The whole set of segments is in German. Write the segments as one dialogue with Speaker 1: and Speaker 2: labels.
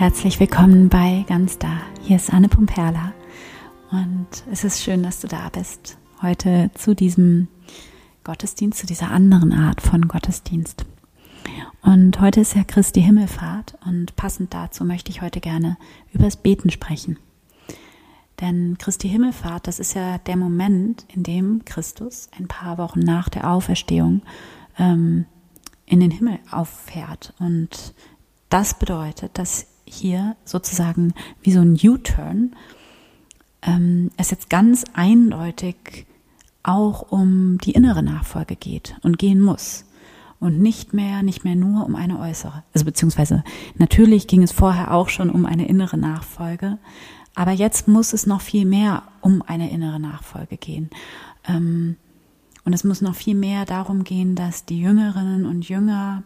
Speaker 1: Herzlich willkommen bei Ganz Da. Hier ist Anne Pumperla und es ist schön, dass du da bist. Heute zu diesem Gottesdienst, zu dieser anderen Art von Gottesdienst. Und heute ist ja Christi Himmelfahrt und passend dazu möchte ich heute gerne über das Beten sprechen. Denn Christi Himmelfahrt, das ist ja der Moment, in dem Christus ein paar Wochen nach der Auferstehung in den Himmel auffährt. Und das bedeutet, dass hier sozusagen wie so ein U-Turn es jetzt ganz eindeutig auch um die innere Nachfolge geht und gehen muss. Und nicht mehr nur um eine äußere. Also beziehungsweise natürlich ging es vorher auch schon um eine innere Nachfolge, aber jetzt muss es noch viel mehr um eine innere Nachfolge gehen. Und es muss noch viel mehr darum gehen, dass die Jüngerinnen und Jünger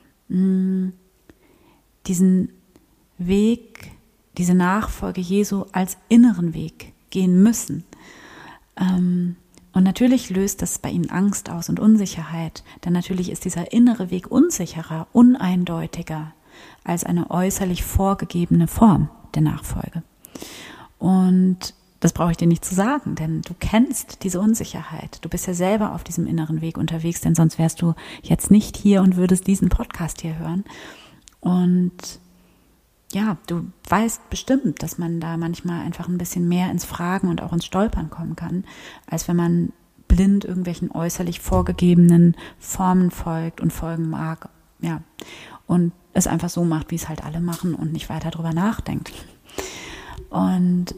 Speaker 1: diesen Weg, diese Nachfolge Jesu als inneren Weg gehen müssen. Und natürlich löst das bei ihnen Angst aus und Unsicherheit, denn natürlich ist dieser innere Weg unsicherer, uneindeutiger als eine äußerlich vorgegebene Form der Nachfolge. Und das brauche ich dir nicht zu sagen, denn du kennst diese Unsicherheit. Du bist ja selber auf diesem inneren Weg unterwegs, denn sonst wärst du jetzt nicht hier und würdest diesen Podcast hier hören. Und ja, du weißt bestimmt, dass man da manchmal einfach ein bisschen mehr ins Fragen und auch ins Stolpern kommen kann, als wenn man blind irgendwelchen äußerlich vorgegebenen Formen folgt und folgen mag, ja, und es einfach so macht, wie es halt alle machen und nicht weiter drüber nachdenkt. Und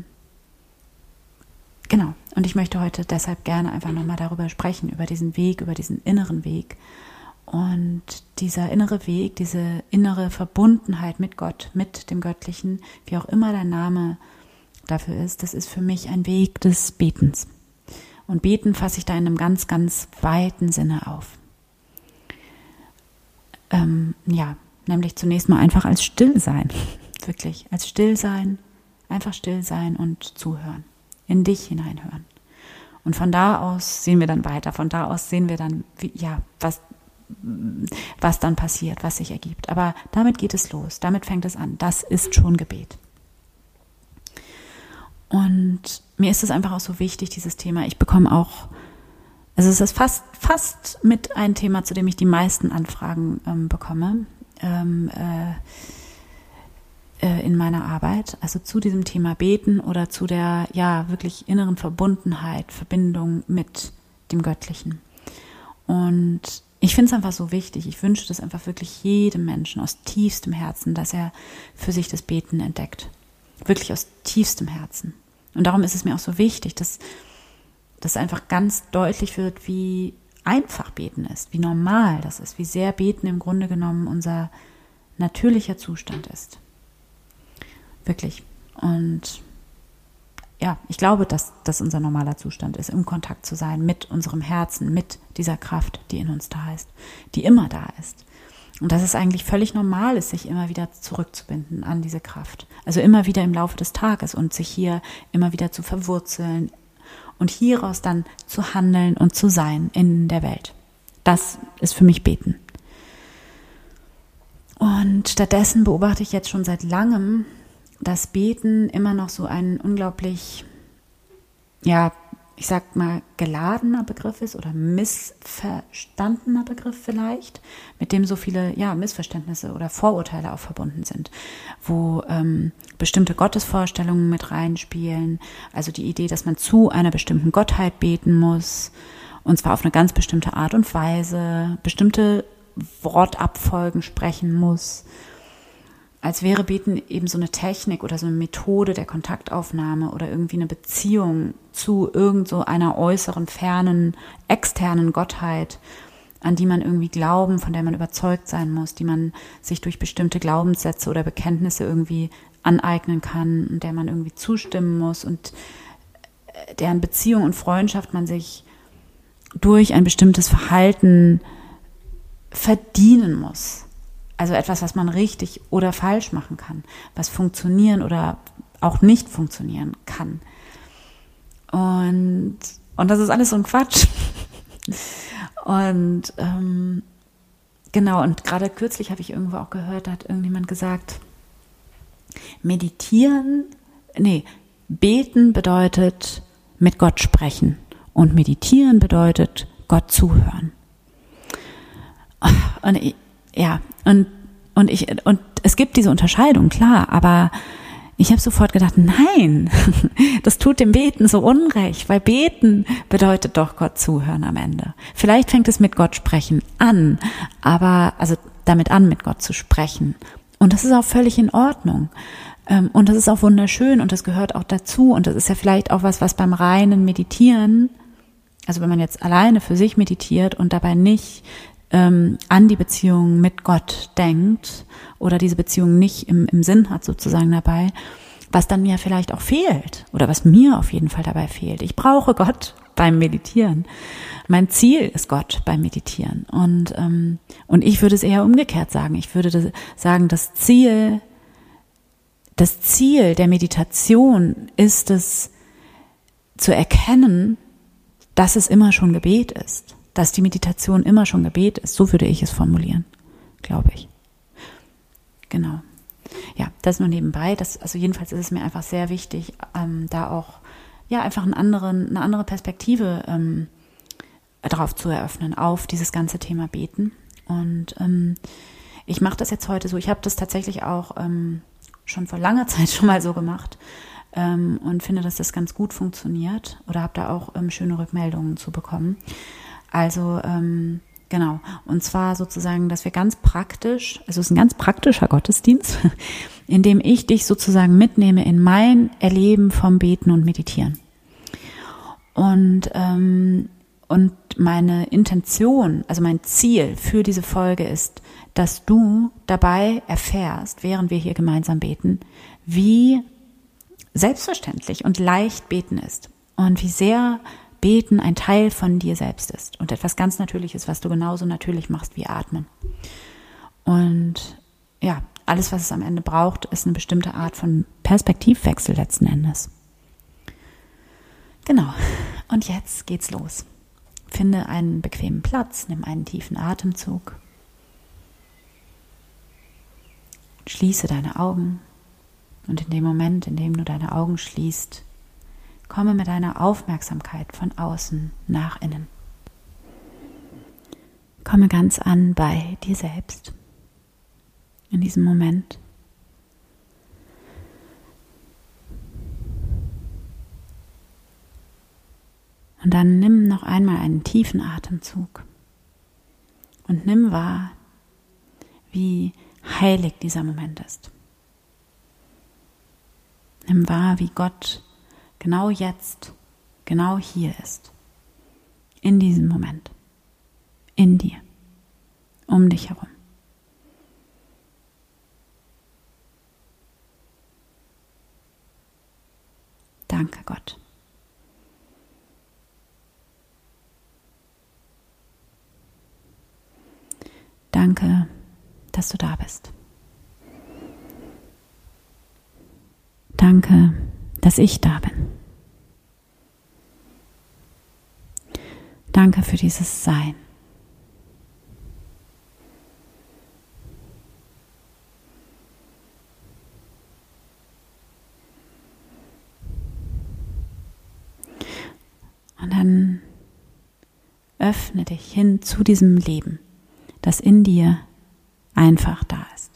Speaker 1: genau, und ich möchte heute deshalb gerne einfach nochmal darüber sprechen, über diesen Weg, über diesen inneren Weg. Und dieser innere Weg, diese innere Verbundenheit mit Gott, mit dem Göttlichen, wie auch immer der Name dafür ist, das ist für mich ein Weg des Betens. Und Beten fasse ich da in einem ganz, ganz weiten Sinne auf. Nämlich zunächst mal einfach als Stillsein, wirklich, als Stillsein, einfach still sein und zuhören, in dich hineinhören. Und von da aus sehen wir dann weiter, von da aus sehen wir dann, was dann passiert, was sich ergibt. Aber damit geht es los, damit fängt es an. Das ist schon Gebet. Und mir ist es einfach auch so wichtig, dieses Thema. Ich bekomme auch, also es ist fast mit ein Thema, zu dem ich die meisten Anfragen bekomme in meiner Arbeit, also zu diesem Thema Beten oder zu der wirklich inneren Verbundenheit, Verbindung mit dem Göttlichen. Und ich finde es einfach so wichtig, ich wünsche das einfach wirklich jedem Menschen aus tiefstem Herzen, dass er für sich das Beten entdeckt. Wirklich aus tiefstem Herzen. Und darum ist es mir auch so wichtig, dass das einfach ganz deutlich wird, wie einfach Beten ist, wie normal das ist, wie sehr Beten im Grunde genommen unser natürlicher Zustand ist. Wirklich. Und ja, ich glaube, dass das unser normaler Zustand ist, im Kontakt zu sein mit unserem Herzen, mit dieser Kraft, die in uns da ist, die immer da ist. Und dass es eigentlich völlig normal ist, sich immer wieder zurückzubinden an diese Kraft. Also immer wieder im Laufe des Tages und sich hier immer wieder zu verwurzeln und hieraus dann zu handeln und zu sein in der Welt. Das ist für mich Beten. Und stattdessen beobachte ich jetzt schon seit langem, dass Beten immer noch so ein unglaublich, ich sag mal, geladener Begriff ist oder missverstandener Begriff vielleicht, mit dem so viele Missverständnisse oder Vorurteile auch verbunden sind, wo bestimmte Gottesvorstellungen mit reinspielen, also die Idee, dass man zu einer bestimmten Gottheit beten muss, und zwar auf eine ganz bestimmte Art und Weise, bestimmte Wortabfolgen sprechen muss, als wäre Beten eben so eine Technik oder so eine Methode der Kontaktaufnahme oder irgendwie eine Beziehung zu irgend so einer äußeren, fernen, externen Gottheit, an die man irgendwie glauben, von der man überzeugt sein muss, die man sich durch bestimmte Glaubenssätze oder Bekenntnisse irgendwie aneignen kann und der man irgendwie zustimmen muss und deren Beziehung und Freundschaft man sich durch ein bestimmtes Verhalten verdienen muss. Also etwas, was man richtig oder falsch machen kann, was funktionieren oder auch nicht funktionieren kann. Und das ist alles so ein Quatsch. Und genau, und gerade kürzlich habe ich irgendwo auch gehört, da hat irgendjemand gesagt, Beten bedeutet mit Gott sprechen und meditieren bedeutet Gott zuhören. Und es gibt diese Unterscheidung, klar, aber ich habe sofort gedacht, nein, das tut dem Beten so unrecht, weil Beten bedeutet doch Gott zuhören am Ende. Vielleicht fängt es mit Gott sprechen an, damit an, mit Gott zu sprechen. Und das ist auch völlig in Ordnung. Und das ist auch wunderschön und das gehört auch dazu. Und das ist ja vielleicht auch was beim reinen Meditieren, also wenn man jetzt alleine für sich meditiert und dabei nicht an die Beziehung mit Gott denkt oder diese Beziehung nicht im Sinn hat sozusagen dabei, was dann mir vielleicht auch fehlt oder was mir auf jeden Fall dabei fehlt. Ich brauche Gott beim Meditieren. Mein Ziel ist Gott beim Meditieren. Und ich würde es eher umgekehrt sagen. Ich würde sagen, das Ziel der Meditation ist es, zu erkennen, dass es immer schon Gebet ist. Dass die Meditation immer schon Gebet ist. So würde ich es formulieren, glaube ich. Genau. Ja, das nur nebenbei. Also jedenfalls ist es mir einfach sehr wichtig, da auch einfach eine andere Perspektive darauf zu eröffnen, auf dieses ganze Thema Beten. Und ich mache das jetzt heute so. Ich habe das tatsächlich auch schon vor langer Zeit schon mal so gemacht und finde, dass das ganz gut funktioniert oder habe da auch schöne Rückmeldungen zu bekommen. Also genau, und zwar sozusagen, dass wir ganz praktisch, also es ist ein ganz praktischer Gottesdienst, in dem ich dich sozusagen mitnehme in mein Erleben vom Beten und Meditieren. Und meine Intention, also mein Ziel für diese Folge ist, dass du dabei erfährst, während wir hier gemeinsam beten, wie selbstverständlich und leicht Beten ist und wie sehr Beten ein Teil von dir selbst ist und etwas ganz Natürliches, was du genauso natürlich machst wie Atmen. Und ja, alles, was es am Ende braucht, ist eine bestimmte Art von Perspektivwechsel letzten Endes. Genau, und jetzt geht's los. Finde einen bequemen Platz, nimm einen tiefen Atemzug. Schließe deine Augen und in dem Moment, in dem du deine Augen schließt, komme mit deiner Aufmerksamkeit von außen nach innen. Komme ganz an bei dir selbst in diesem Moment. Und dann nimm noch einmal einen tiefen Atemzug und nimm wahr, wie heilig dieser Moment ist. Nimm wahr, wie Gott genau jetzt, genau hier ist, in diesem Moment, in dir, um dich herum. Danke, Gott. Danke, dass du da bist. Danke, dass ich da bin. Danke für dieses Sein. Und dann öffne dich hin zu diesem Leben, das in dir einfach da ist.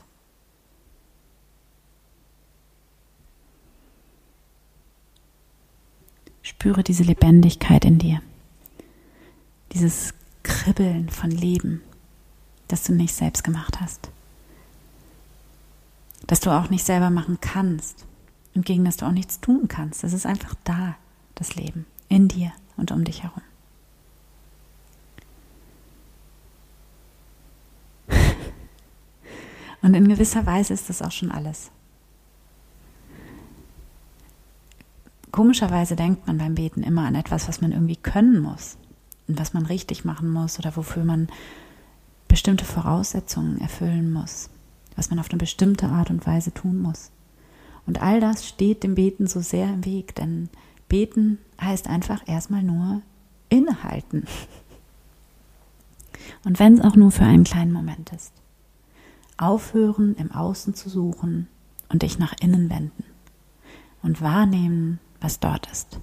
Speaker 1: Spüre diese Lebendigkeit in dir, dieses Kribbeln von Leben, das du nicht selbst gemacht hast, das du auch nicht selber machen kannst und gegen das du auch nichts tun kannst. Das ist einfach da, das Leben, in dir und um dich herum. Und in gewisser Weise ist das auch schon alles. Komischerweise denkt man beim Beten immer an etwas, was man irgendwie können muss und was man richtig machen muss oder wofür man bestimmte Voraussetzungen erfüllen muss, was man auf eine bestimmte Art und Weise tun muss. Und all das steht dem Beten so sehr im Weg, denn Beten heißt einfach erstmal nur innehalten. Und wenn es auch nur für einen kleinen Moment ist. Aufhören, im Außen zu suchen und dich nach innen wenden und wahrnehmen, was dort ist.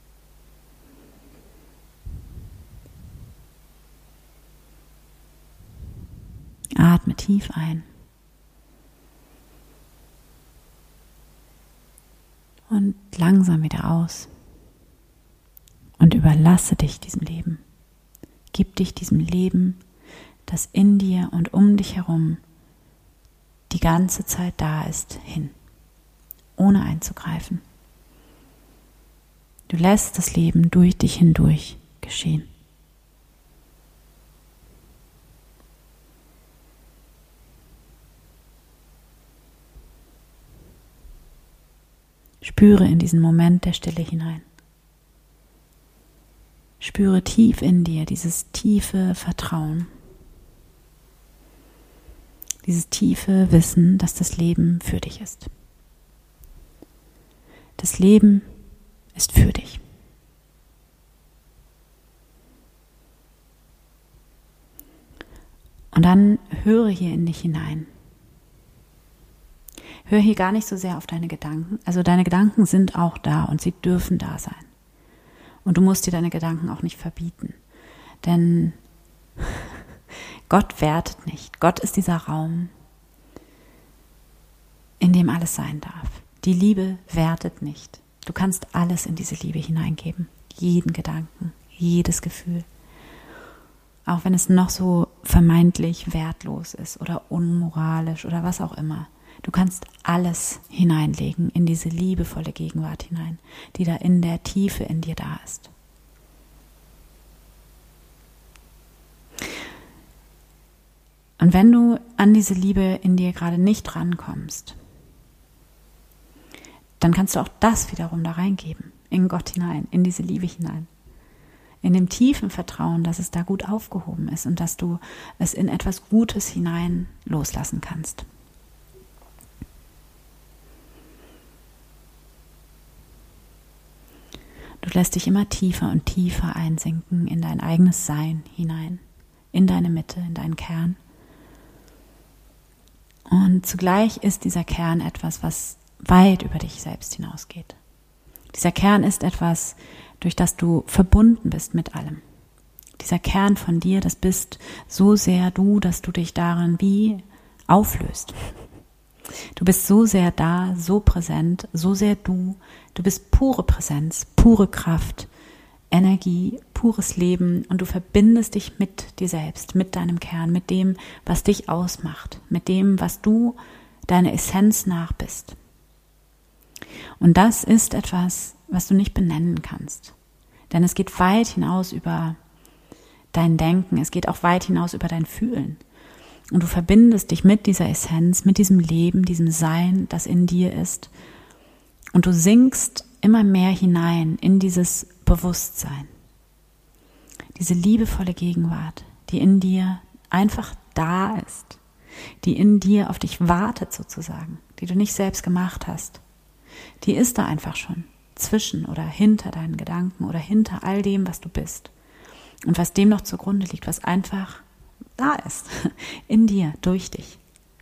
Speaker 1: Atme tief ein und langsam wieder aus und überlasse dich diesem Leben. Gib dich diesem Leben, das in dir und um dich herum die ganze Zeit da ist, hin, ohne einzugreifen. Du lässt das Leben durch dich hindurch geschehen. Spüre in diesen Moment der Stille hinein. Spüre tief in dir dieses tiefe Vertrauen, dieses tiefe Wissen, dass das Leben für dich ist. Das Leben ist für dich. Und dann höre hier in dich hinein. Hör hier gar nicht so sehr auf deine Gedanken. Also deine Gedanken sind auch da und sie dürfen da sein. Und du musst dir deine Gedanken auch nicht verbieten. Denn Gott wertet nicht. Gott ist dieser Raum, in dem alles sein darf. Die Liebe wertet nicht. Du kannst alles in diese Liebe hineingeben. Jeden Gedanken, jedes Gefühl. Auch wenn es noch so vermeintlich wertlos ist oder unmoralisch oder was auch immer. Du kannst alles hineinlegen in diese liebevolle Gegenwart hinein, die da in der Tiefe in dir da ist. Und wenn du an diese Liebe in dir gerade nicht rankommst, dann kannst du auch das wiederum da reingeben, in Gott hinein, in diese Liebe hinein. In dem tiefen Vertrauen, dass es da gut aufgehoben ist und dass du es in etwas Gutes hinein loslassen kannst. Du lässt dich immer tiefer und tiefer einsinken in dein eigenes Sein hinein, in deine Mitte, in deinen Kern. Und zugleich ist dieser Kern etwas, was weit über dich selbst hinausgeht. Dieser Kern ist etwas, durch das du verbunden bist mit allem. Dieser Kern von dir, das bist so sehr du, dass du dich darin wie auflöst. Du bist so sehr da, so präsent, so sehr du. Du bist pure Präsenz, pure Kraft, Energie, pures Leben und du verbindest dich mit dir selbst, mit deinem Kern, mit dem, was dich ausmacht, mit dem, was du deine Essenz nach bist. Und das ist etwas, was du nicht benennen kannst. Denn es geht weit hinaus über dein Denken, es geht auch weit hinaus über dein Fühlen. Und du verbindest dich mit dieser Essenz, mit diesem Leben, diesem Sein, das in dir ist. Und du sinkst immer mehr hinein in dieses Bewusstsein. Diese liebevolle Gegenwart, die in dir einfach da ist, die in dir auf dich wartet sozusagen, die du nicht selbst gemacht hast. Die ist da einfach schon, zwischen oder hinter deinen Gedanken oder hinter all dem, was du bist. Und was dem noch zugrunde liegt, was einfach da ist, in dir, durch dich.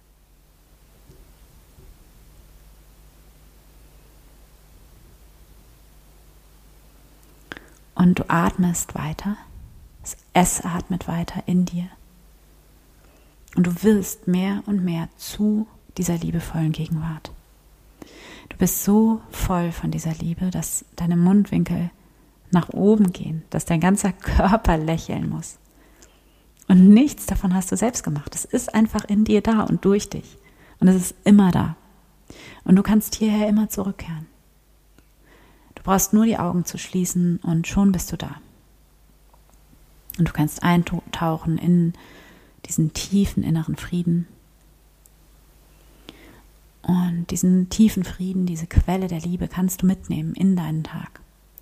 Speaker 1: Und du atmest weiter, es atmet weiter in dir. Und du wirst mehr und mehr zu dieser liebevollen Gegenwart. Du bist so voll von dieser Liebe, dass deine Mundwinkel nach oben gehen, dass dein ganzer Körper lächeln muss. Und nichts davon hast du selbst gemacht. Es ist einfach in dir da und durch dich. Und es ist immer da. Und du kannst hierher immer zurückkehren. Du brauchst nur die Augen zu schließen und schon bist du da. Und du kannst eintauchen in diesen tiefen inneren Frieden. Und diesen tiefen Frieden, diese Quelle der Liebe kannst du mitnehmen in deinen Tag.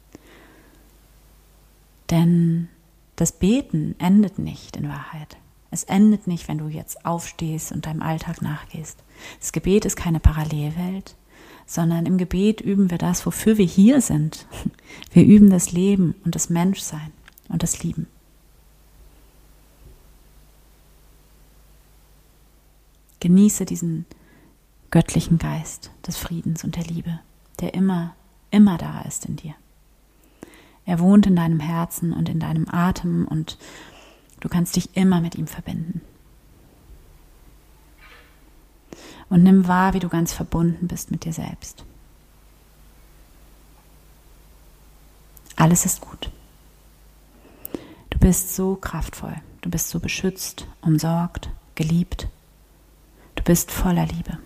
Speaker 1: Denn das Beten endet nicht in Wahrheit. Es endet nicht, wenn du jetzt aufstehst und deinem Alltag nachgehst. Das Gebet ist keine Parallelwelt, sondern im Gebet üben wir das, wofür wir hier sind. Wir üben das Leben und das Menschsein und das Lieben. Genieße diesen göttlichen Geist des Friedens und der Liebe, der immer, immer da ist in dir. Er wohnt in deinem Herzen und in deinem Atem und du kannst dich immer mit ihm verbinden. Und nimm wahr, wie du ganz verbunden bist mit dir selbst. Alles ist gut. Du bist so kraftvoll, du bist so beschützt, umsorgt, geliebt. Du bist voller Liebe.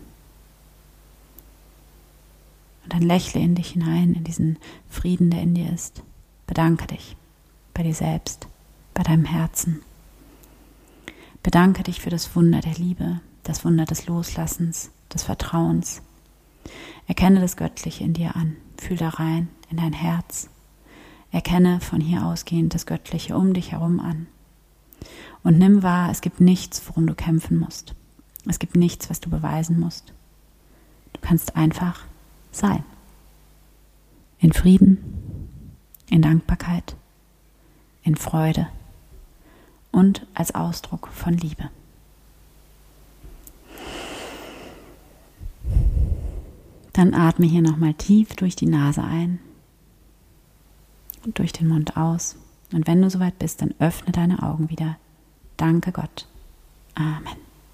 Speaker 1: Und dann lächle in dich hinein, in diesen Frieden, der in dir ist. Bedanke dich bei dir selbst, bei deinem Herzen. Bedanke dich für das Wunder der Liebe, das Wunder des Loslassens, des Vertrauens. Erkenne das Göttliche in dir an. Fühl da rein in dein Herz. Erkenne von hier ausgehend das Göttliche um dich herum an. Und nimm wahr, es gibt nichts, worum du kämpfen musst. Es gibt nichts, was du beweisen musst. Du kannst einfach sein. In Frieden, in Dankbarkeit, in Freude und als Ausdruck von Liebe. Dann atme hier nochmal tief durch die Nase ein und durch den Mund aus. Und wenn du soweit bist, dann öffne deine Augen wieder. Danke Gott. Amen.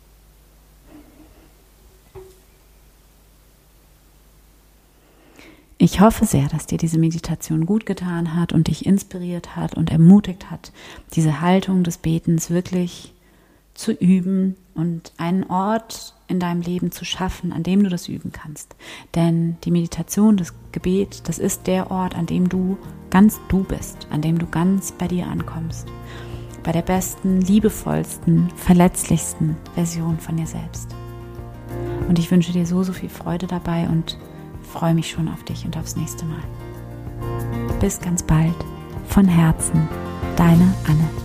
Speaker 1: Ich hoffe sehr, dass dir diese Meditation gut getan hat und dich inspiriert hat und ermutigt hat, diese Haltung des Betens wirklich zu üben und einen Ort in deinem Leben zu schaffen, an dem du das üben kannst. Denn die Meditation, das Gebet, das ist der Ort, an dem du ganz du bist, an dem du ganz bei dir ankommst. Bei der besten, liebevollsten, verletzlichsten Version von dir selbst. Und ich wünsche dir so viel Freude dabei und freue mich schon auf dich und aufs nächste Mal. Bis ganz bald. Von Herzen, deine Anne.